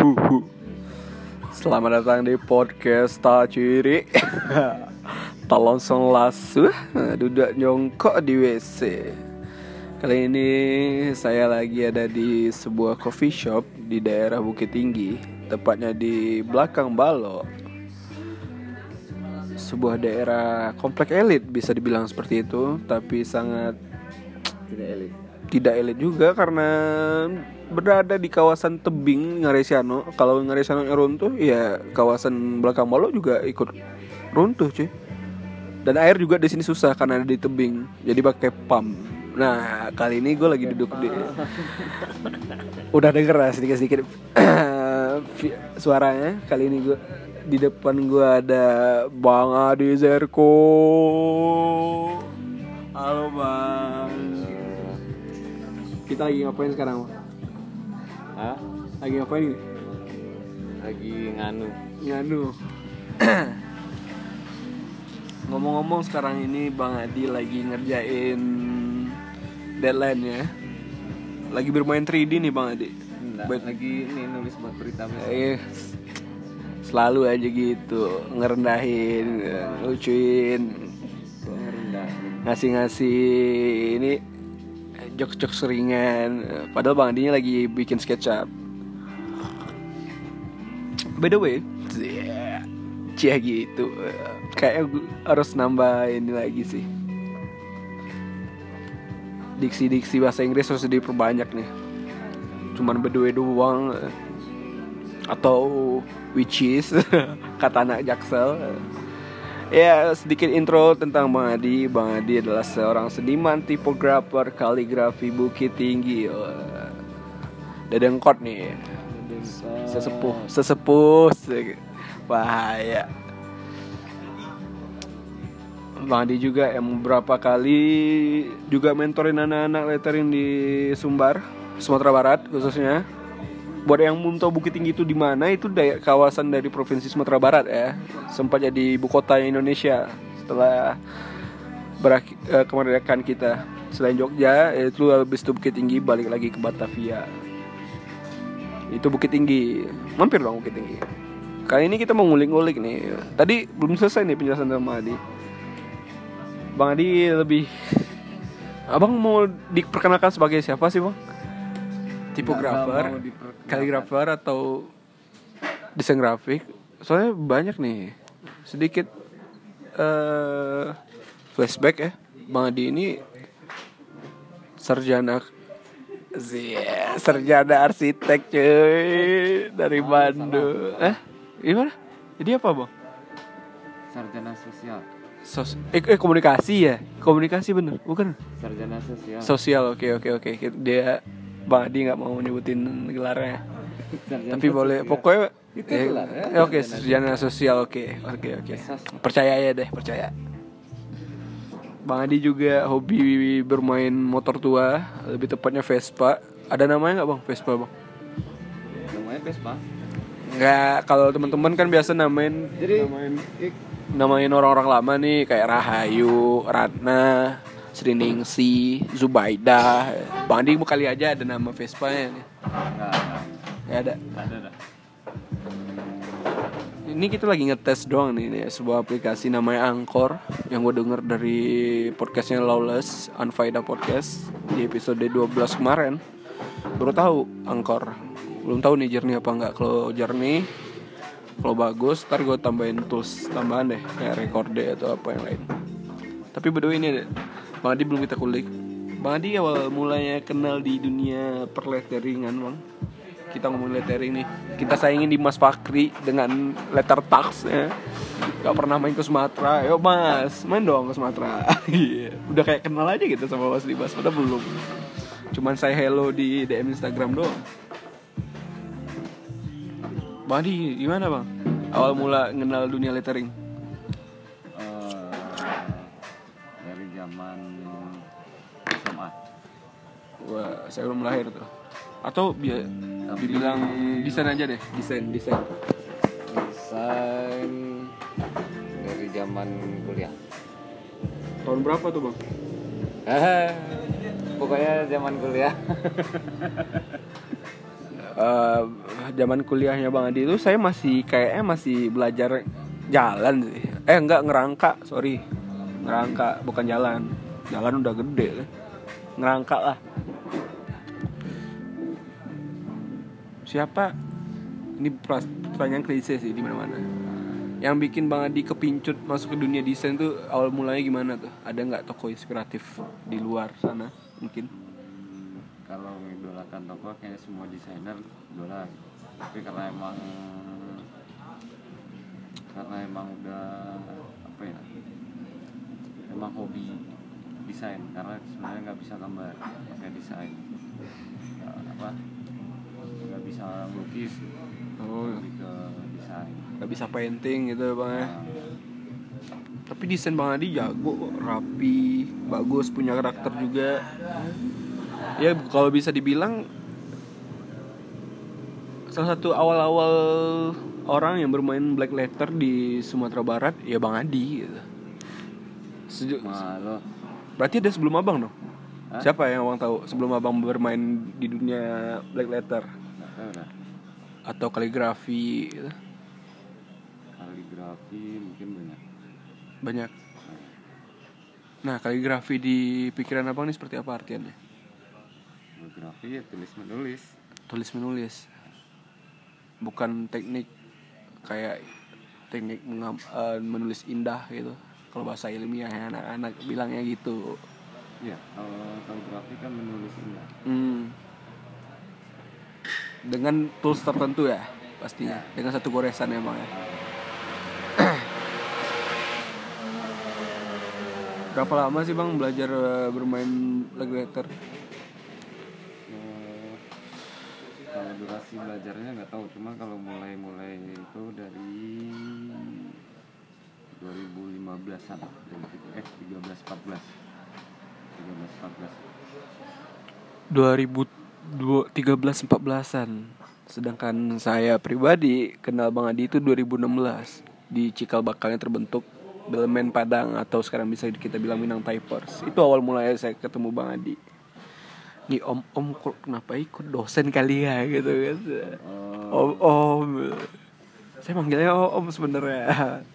Selamat datang di podcast Taciri. Tak langsung lasuh, duduk nyongkok di WC. Kali ini saya lagi ada di sebuah coffee shop di daerah Bukit Tinggi, tepatnya di belakang Balok. Sebuah daerah komplek elit bisa dibilang seperti itu, tapi sangat tidak elit juga karena berada di kawasan tebing Ngaresiano. Kalau Ngaresiano runtuh, ya kawasan belakang Balok juga ikut runtuh, cuy. Dan air juga di sini susah karena ada di tebing, jadi pakai pump. Nah, kali ini gue lagi duduk di udah denger lah sedikit-sedikit suaranya. Kali ini gue di depan gue ada Bang Adi Zerko. Halo Bang. Kita lagi ngapain sekarang? Hah? Lagi ngapain nih? Lagi nganu. Ngomong-ngomong sekarang ini Bang Adi lagi ngerjain deadline ya. Lagi bermain 3D nih Bang Adi. Lagi nih nulis buat berita. Selalu aja gitu, ngerendahin, lucuin, ngasih ini jokes-jokes ringan. Padahal Bang Adinya lagi bikin SketchUp. By the way, cia gitu. Kayaknya gue harus nambah ini lagi sih. Diksi-diksi bahasa Inggris harus diperbanyak nih. Cuman by the way doang. Atau which is kata anak Jaksel. Ya, sedikit intro tentang Bang Adi. Bang Adi adalah seorang seniman tipografer kaligrafi Bukit Tinggi. Dedengkot nih. Sesepuh. Bahaya. Bang Adi juga yang beberapa kali juga mentorin anak-anak lettering di Sumbar, Sumatera Barat khususnya. Buat yang belum tahu Bukit Tinggi itu di mana, itu kawasan dari provinsi Sumatera Barat ya. Sempat jadi ibu kota Indonesia setelah kemerdekaan kita. Selain Jogja, itu habis itu Bukit Tinggi balik lagi ke Batavia. Itu Bukit Tinggi. Mampir dong Bukit Tinggi. Kali ini kita mau ngulik-ngulik nih. Tadi belum selesai nih penjelasan sama Adi. Bang Adi lebih, Abang mau diperkenalkan sebagai siapa sih Bang? Tipografer, kaligrafer atau desain grafik? Soalnya banyak nih. Sedikit flashback ya. Bang Adi ini sarjana arsitek cuy, dari Bandung. Gimana? Jadi apa Bang? Sarjana sosial. Komunikasi ya? Komunikasi bener, bukan? Sarjana sosial. Sosial, oke. Dia Bang Adi nggak mau nyebutin gelarnya. Tapi boleh, pokoknya itu gelarnya. Oke, sarjana sosial, oke. Percaya deh. Bang Adi juga hobi bermain motor tua, lebih tepatnya Vespa. Ada namanya nggak Bang, Vespa Bang? Namanya Vespa. Nggak, kalau teman-teman kan biasa namain orang-orang lama nih, kayak Rahayu, Ratna, Sriningsi, Zubaidah. Bang Adi kali aja ada nama Vespa-nya nih. Nggak ada. Ini kita lagi ngetes doang nih, sebuah aplikasi namanya Anchor, yang gue denger dari podcastnya Lawless, Unfaida Podcast di episode 12 kemarin. Baru tahu Anchor. Belum tahu nih jernih apa enggak. Kalau jernih, kalau bagus, ntar gue tambahin tools tambahan deh, kayak Recorde atau apa yang lain. Tapi berdua ini deh, Bang Adi belum kita kulik. Bang Adi awal mulanya kenal di dunia perletteringan Bang. Kita ngomongin lettering nih. Kita saingin di Mas Fakri dengan letter tax ya. Gak pernah main ke Sumatera. Yuk Mas, main dong ke Sumatera. Udah kayak kenal aja gitu sama Mas Libas, padahal belum. Cuman saya hello di DM Instagram doang. Bang Adi, gimana Bang? Awal mula kenal dunia lettering? Dari zaman SMA. Wah, saya belum lahir tuh. Atau dibilang desain aja deh, desain. Desain dari zaman kuliah. Tahun berapa tuh Bang? Pokoknya zaman kuliah. Zaman kuliahnya Bang Adi itu saya kayaknya masih belajar jalan sih. Enggak, ngerangka, sorry. Ngerangka, bukan jalan. Jalan udah gede kan. Ngerangka lah. Siapa? Ini pertanyaan klise sih di mana-mana. Yang bikin Bang Adi kepincut masuk ke dunia desain tuh awal mulanya gimana tuh? Ada nggak tokoh inspiratif di luar sana mungkin? Kalau mengidolakan tokoh kayaknya semua desainer idola. Tapi karena emang udah apa ya? Emang hobi desain karena sebenarnya nggak bisa gambar pakai desain. Nggak bisa melukis. Lebih ke desain. Nggak bisa painting gitu Bang ya. Tapi desain Bang Adi jago, rapi, bagus, punya karakter juga. Ya kalau bisa dibilang salah satu awal-awal orang yang bermain black letter di Sumatera Barat ya Bang Adi gitu. Malu. Berarti ada sebelum Abang dong? Hah? Siapa yang Abang tahu sebelum Abang bermain di dunia black letter? Nggak tahu dah. Atau kaligrafi gitu. Kaligrafi mungkin Banyak. Nah, kaligrafi di pikiran Abang ini seperti apa artiannya? kaligrafi ya Tulis menulis. Bukan teknik kayak teknik menulis indah gitu. Kalau bahasa ilmiah ya, anak-anak bilangnya gitu. Iya, kaligrafi kan menulis indah. Dengan tools tertentu ya pastinya. Dengan satu goresan emang ya. Berapa lama sih Bang belajar bermain black letter? Kalau durasi belajarnya nggak tahu, cuma kalau mulai itu dari 2015-an, 2013-14an. Sedangkan saya pribadi kenal Bang Adi itu 2016 di cikal bakalnya terbentuk Bellman Padang atau sekarang bisa kita bilang Minang Typers. Itu awal mulanya saya ketemu Bang Adi. Nih om kok kenapa ikut dosen kali ya gitu kan. Om. Saya manggilnya om sebenarnya.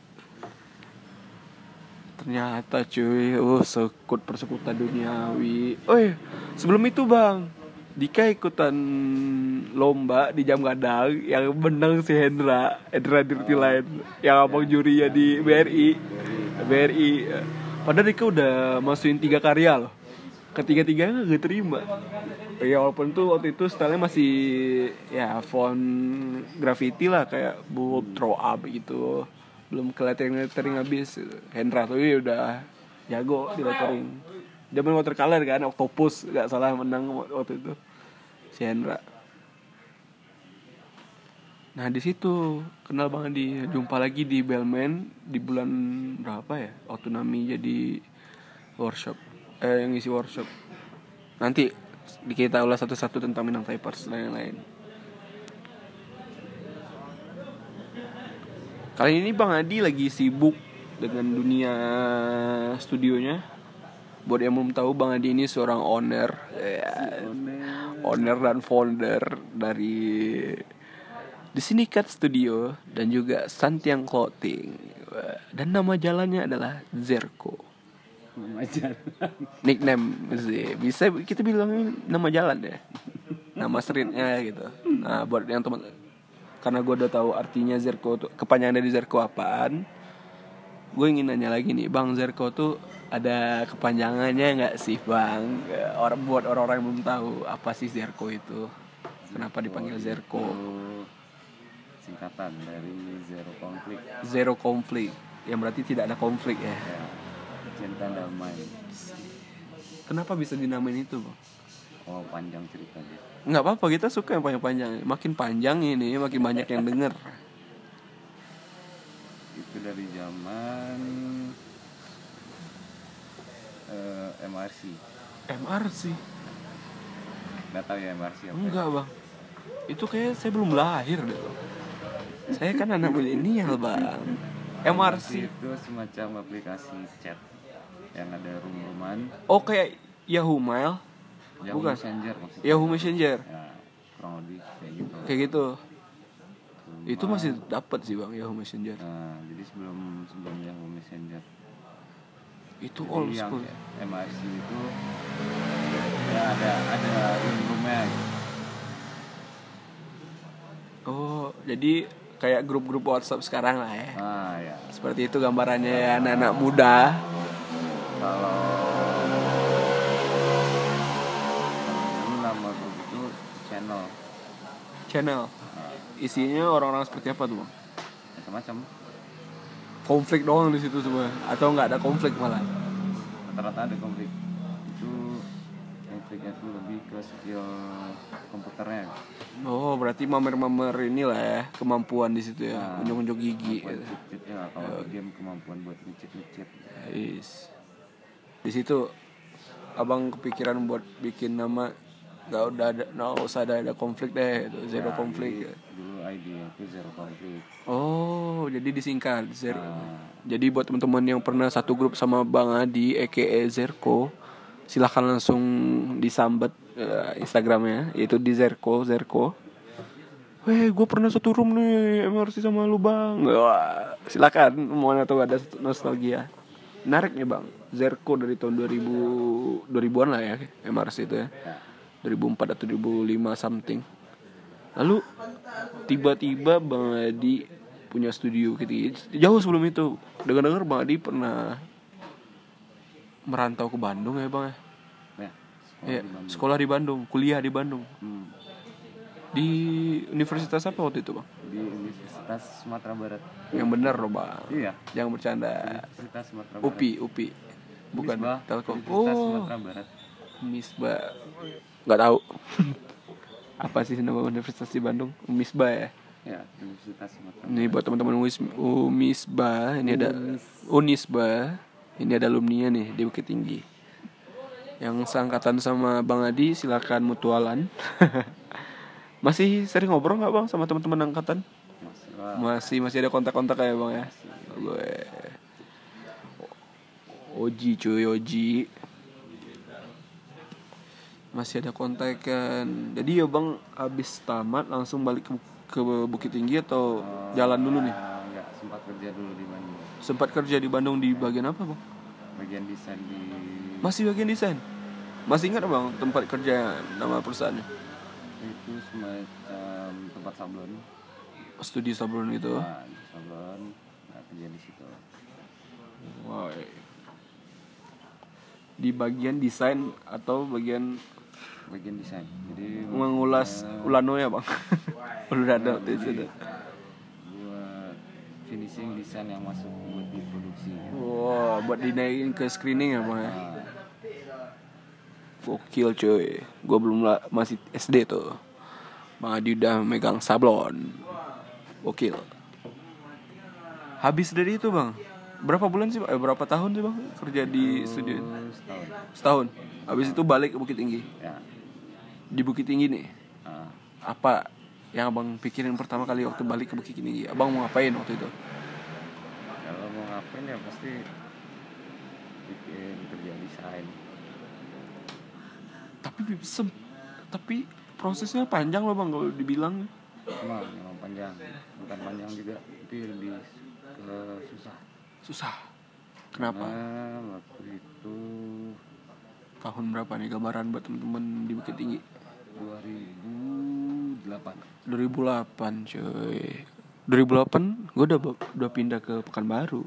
Ternyata cuy, persekutan duniawi. Sebelum itu Bang, Dika ikutan lomba di Jam Gadang yang menang si Hendra Dirtilain yang abang jurinya di BRI. Padahal Dika udah masukin 3 karya loh. Ketiga-tiganya gak terima. Ya walaupun tuh waktu itu stylenya masih ya font graffiti lah kayak bold throw up gitu. Belum ke lettering habis. Hendra tuh udah jago di lettering. Dia main watercolor kan, Octopus gak salah menang waktu itu si Hendra. Nah di situ kenal Bang Adi, jumpa lagi di Bellman di bulan berapa ya? Waktu Nami jadi workshop, yang ngisi workshop. Nanti kita ulas satu-satu tentang Minang Typers dan lain-lain. Kali ini Bang Adi lagi sibuk dengan dunia studionya. Buat yang belum tahu, Bang Adi ini seorang owner dan founder dari The Syndicate Studio dan juga Santiang Clothing. Dan nama jalannya adalah Zerko. Nama jalan. Nickname sih. Bisa kita bilang nama jalan ya. Nama streetnya gitu. Nah, buat yang teman, karena gue udah tahu artinya Zerko tuh, kepanjangan dari Zerko apaan. Gue ingin nanya lagi nih, Bang, Zerko tuh ada kepanjangannya nggak sih Bang? Buat orang-orang yang belum tahu apa sih Zerko itu, kenapa dipanggil Zerko? Singkatan dari Zero konflik, yang berarti tidak ada konflik ya. Cinta damai. Kenapa bisa dinamain itu Bang? Oh, panjang ceritanya. Nggak apa-apa, kita suka yang panjang-panjang. Makin panjang ini makin banyak yang denger. Itu dari zaman MRC. Nggak tahu ya MRC apa? Enggak Bang, itu kayak saya belum lahir deh Bang. Saya kan anak milenial Bang. MRC itu semacam aplikasi chat yang ada room-rooman. Oh, kayak Yahoo Mail? Yahoo Bukan. Messenger maksudnya. Yahoo Messenger. Ya, kurang lebih kayak gitu. Kayak gitu. Cuma, Itu masih dapat sih Bang Yahoo Messenger. nah, jadi sebelum Yahoo Messenger Itu jadi old yang school. MRC itu ya ada room-roomnya gitu. Oh, jadi kayak grup-grup WhatsApp sekarang lah ya. Nah ya, Seperti itu gambarannya ya, anak-anak muda. kalau dulu nama grup itu channel. Channel. Nah, Isinya orang-orang seperti apa tuh Bang? macam-macam. Konflik doang di situ semua atau nggak ada konflik malah? Rata-rata ada konflik. Itu konfliknya tuh lebih ke skill komputernya. Oh, berarti mamer-mamer inilah ya, kemampuan di situ ya, Nah, unjuk-unjuk gigi. kemampuan Gitu. cheat ya, kalau di game kemampuan buat ngecit. Is. Di situ abang kepikiran buat bikin nama, nggak usah ada konflik deh, itu zero konflik. Dulu idea itu zero konflik. Oh, jadi disingkat Zero. Nah, Jadi buat teman-teman yang pernah satu grup sama Bang Adi, aka Zerko, silahkan langsung disambat Instagramnya, yaitu di Zerko. Weh, gue pernah satu room nih MRC sama lu Bang. Wah, silakan mau atau ada nostalgia. Menarik nih Bang. Zerko dari tahun 2000-an lah ya MRC itu ya. 2004 atau 2005 something. Lalu tiba-tiba Bang Adi punya studio gitu. Jauh sebelum itu. Dengar-dengar Bang Adi pernah merantau ke Bandung ya Bang ya. ya, Ya, sekolah di Bandung, kuliah di Bandung. Di universitas apa waktu itu Bang? Di Universitas Sumatera Barat. Yang bener loh Bang. Iya. Jangan bercanda. Universitas Sumatera Barat. UPI. Bukan Misbah, Telkom. Universitas Oh, Sumatera Barat. Misbah. Nggak tahu. Apa sih nama universitas di Bandung? Misbah ya. Ya, Universitas Sumatera Ini buat teman-teman Umisbah, ini ada Unisbah. Ini ada alumni nih di Bukit Tinggi. Yang seangkatan sama Bang Adi silakan mutualan. Masih sering ngobrol nggak Bang sama teman-teman angkatan? Masih ada kontak-kontak ya Bang ya. Gue Oji. Masih ada kontak kan. Jadi ya Bang habis tamat langsung balik ke Bukit Tinggi atau jalan dulu nih? Enggak, sempat kerja dulu di Bandung. Sempat kerja di Bandung di bagian apa Bang? Bagian desain di. Masih bagian desain? Masih ingat Bang tempat kerja nama perusahaannya? Itu semacam tempat sablon. Studi sablon itu. Nah, sablon, kerja di situ. Wow. Di bagian desain atau bagian desain. Jadi mengulas ulano ya Bang. Udah ada waktu itu. Buat finishing desain yang masuk buat diproduksi. Wow, buat dinaikin ke screening ya Bang ya. Gokil cuy. Gue belum masih SD tuh. Bang Adi udah megang sablon. Gokil. Habis dari itu Bang, berapa bulan sih berapa tahun sih Bang kerja di studio? Setahun. Habis itu balik ke Bukit Tinggi. Ya. Di Bukit Tinggi nih. Apa yang Abang pikirin pertama kali waktu balik ke Bukit Tinggi? Abang mau ngapain waktu itu? Kalau mau ngapain ya pasti bikin kerja desain. Tapi prosesnya panjang loh Bang kalau dibilang. Memang panjang, bukan panjang juga, tapi lebih Susah. Kenapa? Karena waktu itu Tahun berapa nih gambaran buat teman-teman di Bukit Tinggi? 2008 cuy. 2008 gue udah pindah ke Pekanbaru.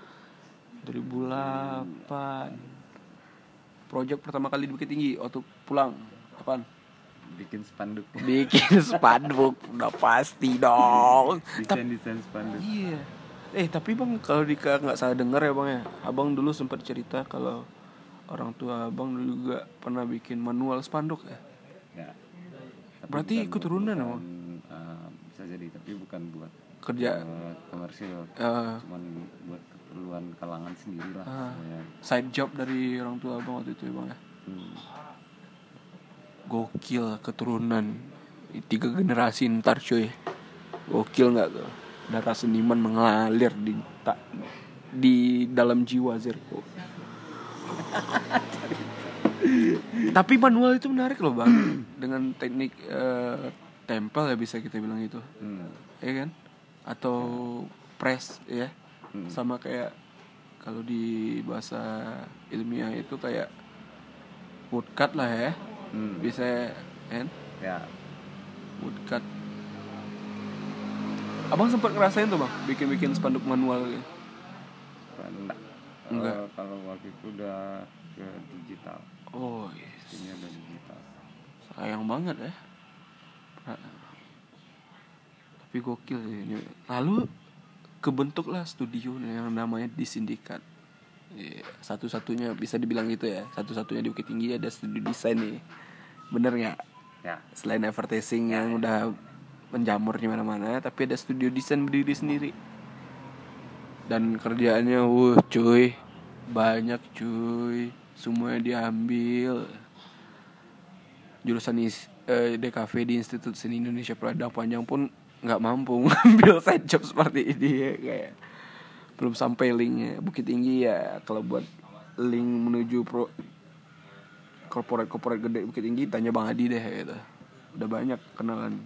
2008 project pertama kali di Bukit Tinggi waktu pulang apaan? bikin spanduk. Udah pasti dong. Desain spanduk. Iya. Tapi Bang kalau Dika nggak salah dengar ya Bang ya, Abang dulu sempat cerita kalau orang tua Abang dulu juga pernah bikin manual spanduk ya. Ya. Berarti keturunan Bang? Bisa jadi, tapi bukan buat kerja komersil. Cuman buat keperluan kalangan sendiri lah. Side job dari orang tua Abang waktu itu ya Bang ya. Gokil keturunan 3 generasi ntar cuy. Gokil nggak tuh? Darah seniman mengalir di dalam jiwa Zerko. Tapi manual itu menarik loh bang, dengan teknik tempel ya bisa kita bilang itu, ya kan? Atau press ya, sama kayak kalau di bahasa ilmiah itu kayak woodcut lah ya, bisa kan? Ya. Woodcut. Abang sempat ngerasain tuh bang, bikin spanduk manual gitu? Enggak. Kalau waktu itu udah ke digital. Oh yes. Ini udah digital. Sayang banget ya. Tapi gokil sih ini. Lalu kebentuklah studio yang namanya Disindikat. Satu-satunya bisa dibilang gitu ya. Satu-satunya di Bukit Tinggi ada studio desain nih. Bener nggak? Ya. Selain advertising yang udah menjamur di mana-mana, tapi ada studio desain berdiri sendiri. Dan kerjaannya, cuy, banyak cuy. Semuanya diambil. Jurusan DKV di Institut Seni Indonesia Padang Panjang pun nggak mampu ngambil side job seperti ini ya, kayak belum sampai linknya. Bukit Tinggi ya kalau buat link menuju corporate gede Bukit Tinggi tanya Bang Adi deh gitu. Udah banyak kenalan.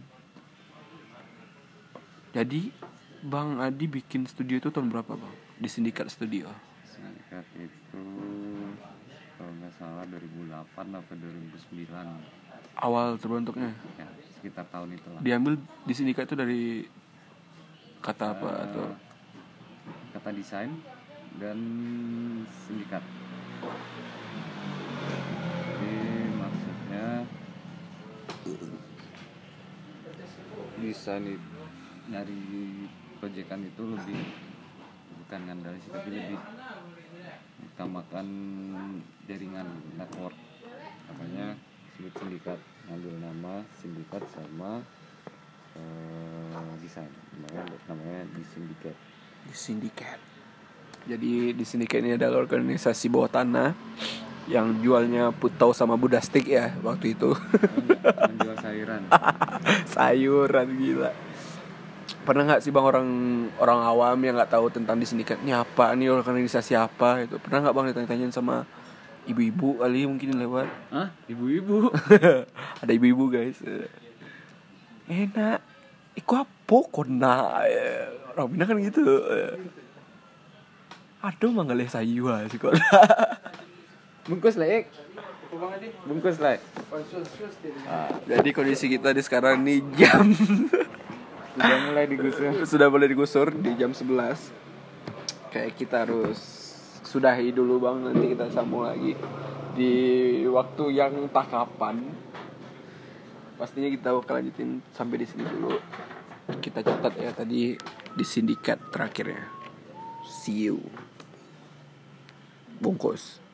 Jadi Bang Adi bikin studio itu tahun berapa bang? Disindikat Studio. Sindikat itu kalau nggak salah 2008 atau 2009. Awal terbentuknya? Ya, sekitar tahun itulah. Diambil Disindikat itu dari kata apa atau? Kata desain dan sindikat. Jadi maksudnya desain itu dari proyekan itu lebih bukan ngandalin sih, tapi lebih utamakan jaringan network. Makanya disebut sindikat, ngambil nama sindikat sama desain. Namanya Disindikat. Disindikat. Jadi Disindikat ini adalah organisasi bawah tanah yang jualnya putau sama budastik ya waktu itu. Menjual sayuran. Sayuran gila. Pernah nggak sih bang orang awam yang nggak tahu tentang Disindikat ini apa, ini organisasi apa itu? Pernah nggak bang ditanya-tanyain sama ibu-ibu kali mungkin lewat? Hah? Ibu-ibu? Ada ibu-ibu guys. Enak. Iku apa kona? Orang Minang kan gitu. Aduh manggalih sayua sih kok. Bungkus lah, bungkus lah. Jadi kondisi kita di sekarang nih jam sudah mulai digusur di jam 11. Kayak kita harus sudahi dulu bang, nanti kita sambung lagi di waktu yang entah kapan. Pastinya kita bakal lanjutin sampai di sini dulu. Kita catat ya tadi Disindikat terakhirnya. See you. Bungkus.